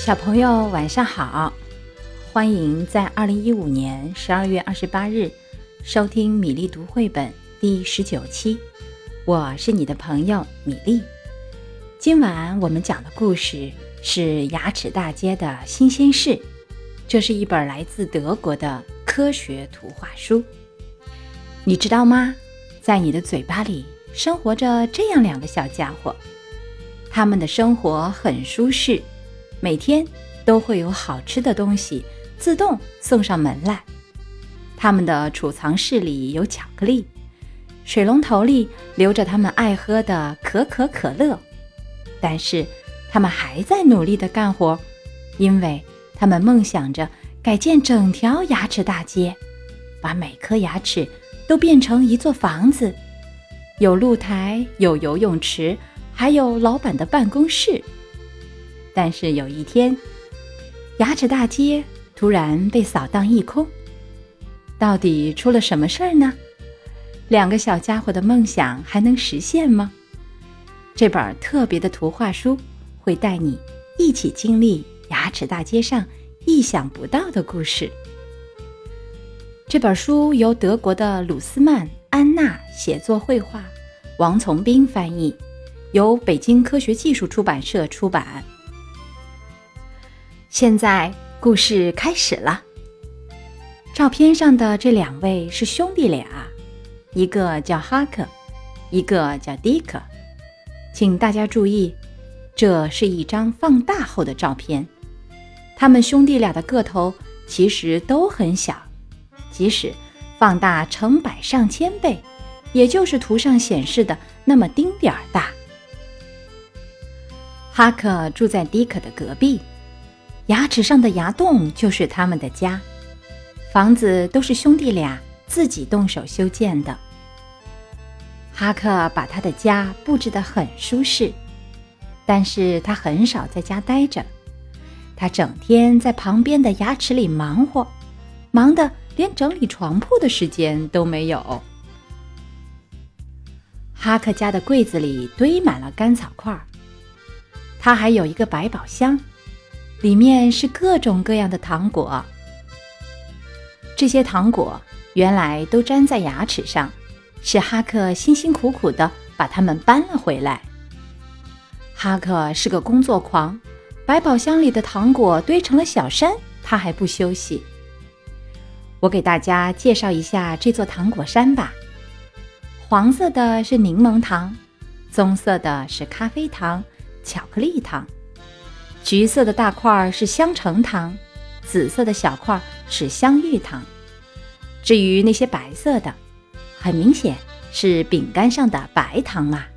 小朋友晚上好，欢迎在2015年12月28日收听米粒读绘本第19期，我是你的朋友米粒。今晚我们讲的故事是牙齿大街的新鲜事，这是一本来自德国的科学图画书。你知道吗？在你的嘴巴里生活着这样两个小家伙，他们的生活很舒适，每天都会有好吃的东西自动送上门来。他们的储藏室里有巧克力，水龙头里留着他们爱喝的可口可乐。但是他们还在努力地干活，因为他们梦想着改建整条牙齿大街，把每颗牙齿都变成一座房子，有露台，有游泳池，还有老板的办公室。但是有一天，牙齿大街突然被扫荡一空，到底出了什么事儿呢？两个小家伙的梦想还能实现吗？这本特别的图画书会带你一起经历牙齿大街上意想不到的故事。这本书由德国的鲁斯曼·安娜写作绘画，王从斌翻译，由北京科学技术出版社出版。现在故事开始了。照片上的这两位是兄弟俩，一个叫哈克，一个叫迪克。请大家注意，这是一张放大后的照片。他们兄弟俩的个头其实都很小，即使放大成百上千倍，也就是图上显示的那么丁点儿大。哈克住在迪克的隔壁，牙齿上的牙洞就是他们的家，房子都是兄弟俩自己动手修建的。哈克把他的家布置得很舒适，但是他很少在家待着，他整天在旁边的牙齿里忙活，忙得连整理床铺的时间都没有。哈克家的柜子里堆满了干草块，他还有一个百宝箱，里面是各种各样的糖果。这些糖果原来都粘在牙齿上，是哈克辛辛苦苦地把它们搬了回来。哈克是个工作狂，百宝箱里的糖果堆成了小山，他还不休息。我给大家介绍一下这座糖果山吧。黄色的是柠檬糖，棕色的是咖啡糖、巧克力糖，橘色的大块是香橙糖，紫色的小块是香芋糖。至于那些白色的，很明显是饼干上的白糖啊。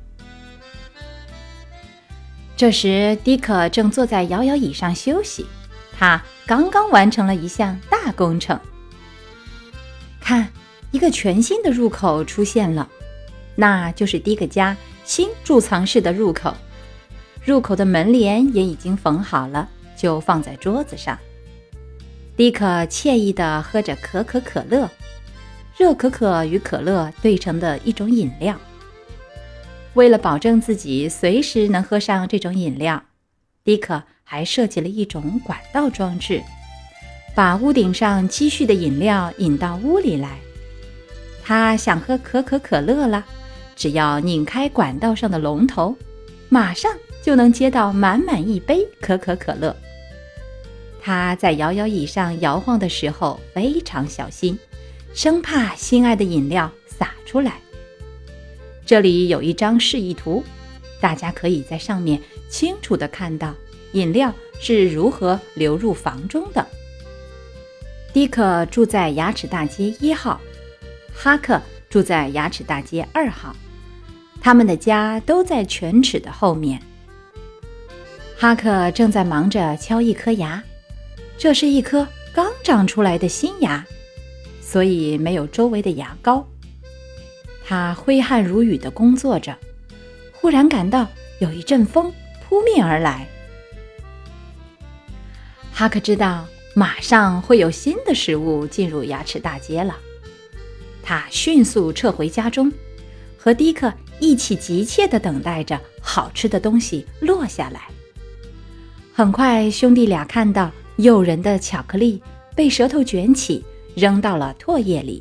这时迪克正坐在摇摇椅上休息，他刚刚完成了一项大工程。看，一个全新的入口出现了，那就是迪克家新贮藏室的入口。入口的门帘也已经缝好了，就放在桌子上。迪克惬意地喝着可口可乐，热可可与可乐兑成的一种饮料。为了保证自己随时能喝上这种饮料，迪克还设计了一种管道装置，把屋顶上积蓄的饮料引到屋里来。他想喝可口可乐了，只要拧开管道上的龙头，马上就能接到满满一杯可口可乐。他在摇摇椅上摇晃的时候非常小心，生怕心爱的饮料洒出来。这里有一张示意图，大家可以在上面清楚地看到饮料是如何流入房中的。迪克住在牙齿大街1号，哈克住在牙齿大街2号，他们的家都在犬齿的后面。哈克正在忙着敲一颗牙，这是一颗刚长出来的新牙，所以没有周围的牙膏。他挥汗如雨地工作着，忽然感到有一阵风扑面而来。哈克知道马上会有新的食物进入牙齿大街了，他迅速撤回家中，和迪克一起急切地等待着好吃的东西落下来。 很快，兄弟俩看到诱人的巧克力被舌头卷起，扔到了唾液里。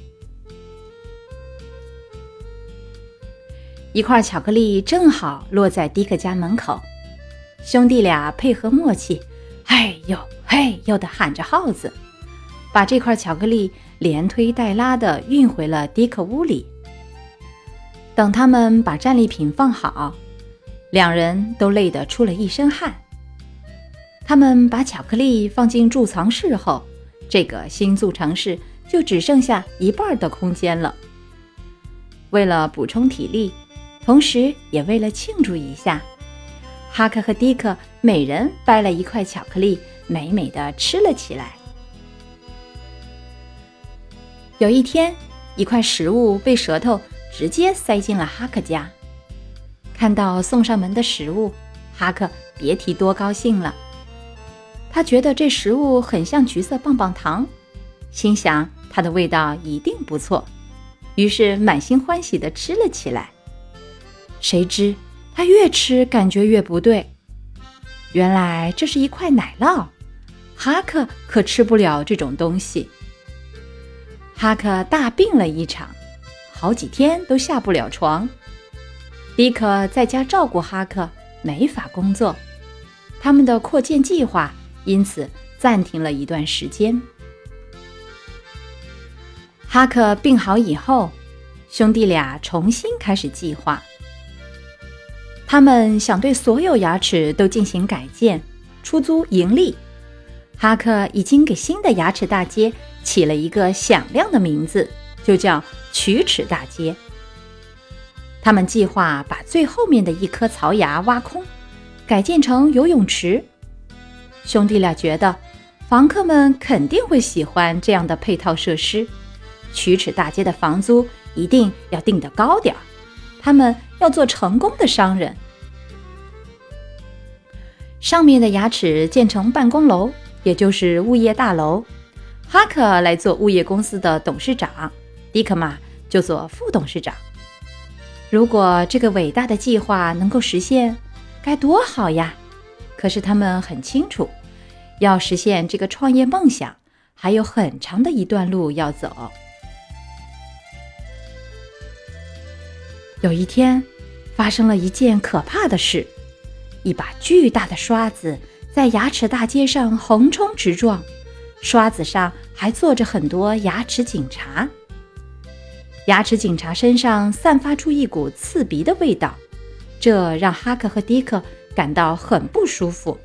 一块巧克力正好落在迪克家门口，兄弟俩配合默契，嘿呦嘿呦地喊着号子，把这块巧克力连推带拉地运回了迪克屋里。等他们把战利品放好，两人都累得出了一身汗。他们把巧克力放进贮藏室后，这个新贮藏室就只剩下一半的空间了。为了补充体力，同时也为了庆祝一下，哈克和迪克每人掰了一块巧克力，美美地吃了起来。有一天，一块食物被舌头直接塞进了哈克家。看到送上门的食物，哈克别提多高兴了。他觉得这食物很像橘色棒棒糖，心想它的味道一定不错，于是满心欢喜地吃了起来。谁知他越吃感觉越不对，原来这是一块奶酪，哈克可吃不了这种东西。哈克大病了一场，好几天都下不了床。迪克在家照顾哈克，没法工作，他们的扩建计划因此暂停了一段时间。哈克病好以后，兄弟俩重新开始计划。他们想对所有牙齿都进行改建，出租盈利。哈克已经给新的牙齿大街起了一个响亮的名字，就叫龋齿大街。他们计划把最后面的一颗槽牙挖空，改建成游泳池。兄弟俩觉得房客们肯定会喜欢这样的配套设施，龋齿大街的房租一定要定得高点儿，他们要做成功的商人。上面的牙齿建成办公楼，也就是物业大楼，哈克来做物业公司的董事长，迪克嘛就做副董事长。如果这个伟大的计划能够实现，该多好呀！可是他们很清楚，要实现这个创业梦想，还有很长的一段路要走。有一天，发生了一件可怕的事，一把巨大的刷子在牙齿大街上横冲直撞，刷子上还坐着很多牙齿警察。牙齿警察身上散发出一股刺鼻的味道，这让哈克和迪克感到很不舒服。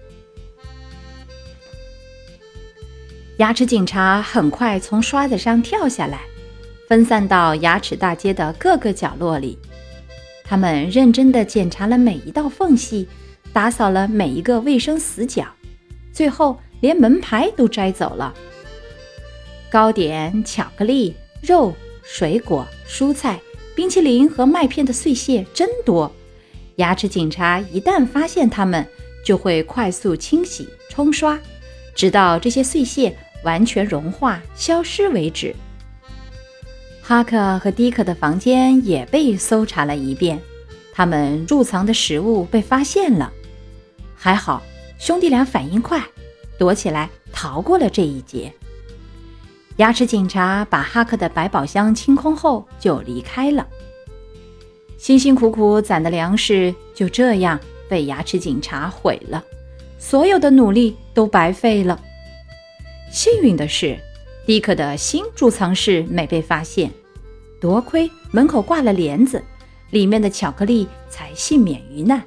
牙齿警察很快从刷子上跳下来，分散到牙齿大街的各个角落里。他们认真地检查了每一道缝隙，打扫了每一个卫生死角，最后连门牌都摘走了。糕点、巧克力、肉、水果、蔬菜、冰淇淋和麦片的碎屑真多。牙齿警察一旦发现它们，就会快速清洗、冲刷，直到这些碎屑完全融化、消失为止。哈克和迪克的房间也被搜查了一遍，他们贮藏的食物被发现了。还好，兄弟俩反应快，躲起来逃过了这一劫。牙齿警察把哈克的百宝箱清空后就离开了。辛辛苦苦攒的粮食就这样被牙齿警察毁了，所有的努力都白费了。幸运的是，迪克的新贮藏室没被发现，多亏门口挂了帘子，里面的巧克力才幸免于难。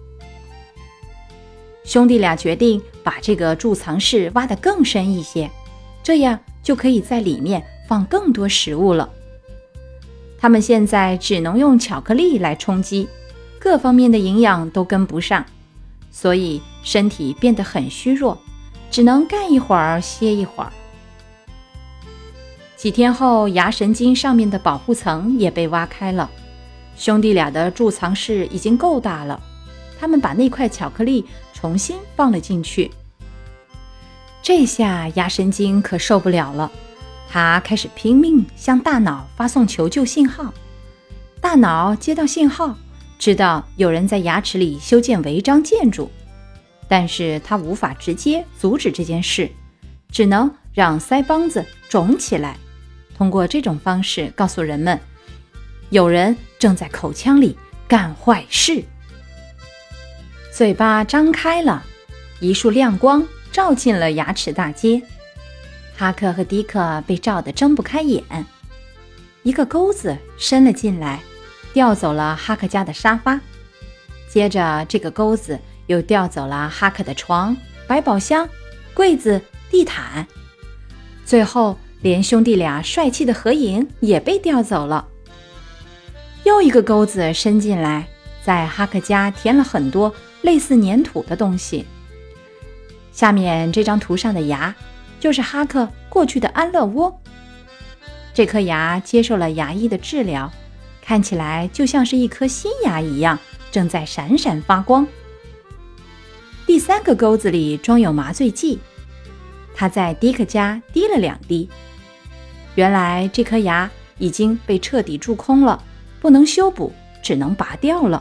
兄弟俩决定把这个贮藏室挖得更深一些，这样就可以在里面放更多食物了。他们现在只能用巧克力来充饥，各方面的营养都跟不上，所以身体变得很虚弱，只能干一会儿歇一会儿。几天后，牙神经上面的保护层也被挖开了，兄弟俩的贮藏室已经够大了，他们把那块巧克力重新放了进去。这下牙神经可受不了了，他开始拼命向大脑发送求救信号。大脑接到信号，知道有人在牙齿里修建违章建筑， 但是他无法直接阻止这件事，只能让腮帮子肿起来，通过这种方式告诉人们，有人正在口腔里干坏事。嘴巴张开了，一束亮光照进了牙齿大街。哈克和迪克被照得睁不开眼。一个钩子伸了进来，调走了哈克家的沙发。接着这个钩子又调走了哈克的床、百宝箱、柜子、地毯，最后连兄弟俩帅气的合影也被调走了。又一个钩子伸进来，在哈克家填了很多类似粘土的东西。下面这张图上的牙就是哈克过去的安乐窝。这颗牙接受了牙医的治疗，看起来就像是一颗新牙一样，正在闪闪发光。第三个钩子里装有麻醉剂，他在迪克家滴了2滴。原来这颗牙已经被彻底蛀空了，不能修补，只能拔掉了。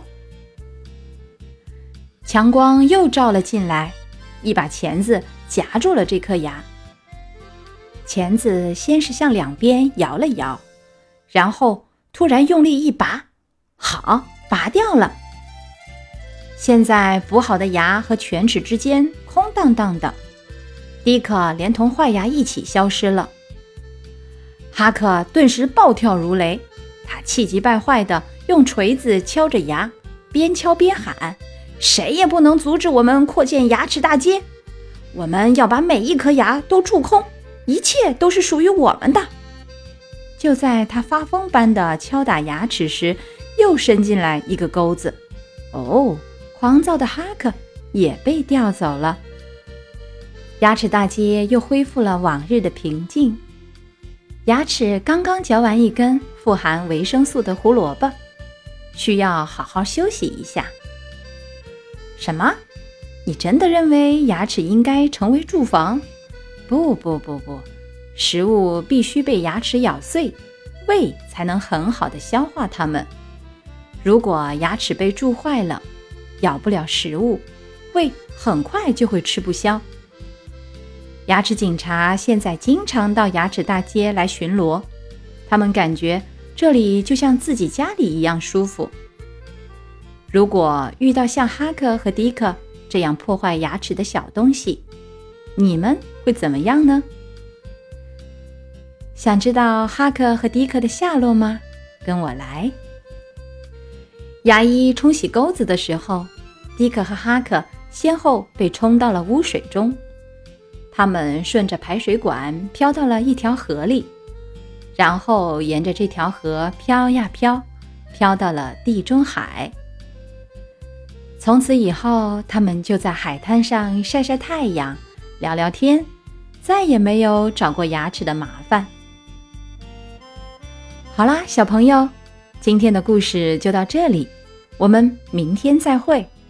强光又照了进来，一把钳子夹住了这颗牙。钳子先是向两边摇了摇，然后突然用力一拔，好，拔掉了。现在补好的牙和犬齿之间空荡荡的，迪克连同坏牙一起消失了。哈克顿时暴跳如雷，他气急败坏地用锤子敲着牙，边敲边喊，谁也不能阻止我们扩建牙齿大街，我们要把每一颗牙都蛀空，一切都是属于我们的。就在他发疯般的敲打牙齿时，又伸进来一个钩子。哦，狂躁的哈克也被调走了。牙齿大街又恢复了往日的平静。牙齿刚刚嚼完一根富含维生素的胡萝卜，需要好好休息一下。什么？你真的认为牙齿应该成为住房？不，食物必须被牙齿咬碎，胃才能很好的消化它们。如果牙齿被蛀坏了，咬不了食物，胃很快就会吃不消。牙齿警察现在经常到牙齿大街来巡逻，他们感觉这里就像自己家里一样舒服。如果遇到像哈克和迪克这样破坏牙齿的小东西，你们会怎么样呢？想知道哈克和迪克的下落吗？跟我来。牙医冲洗钩子的时候，迪克和哈克先后被冲到了污水中。他们顺着排水管飘到了一条河里，然后沿着这条河飘呀飘，飘到了地中海。从此以后，他们就在海滩上晒晒太阳，聊聊天，再也没有找过牙齿的麻烦。好啦，小朋友，今天的故事就到这里，我们明天再会。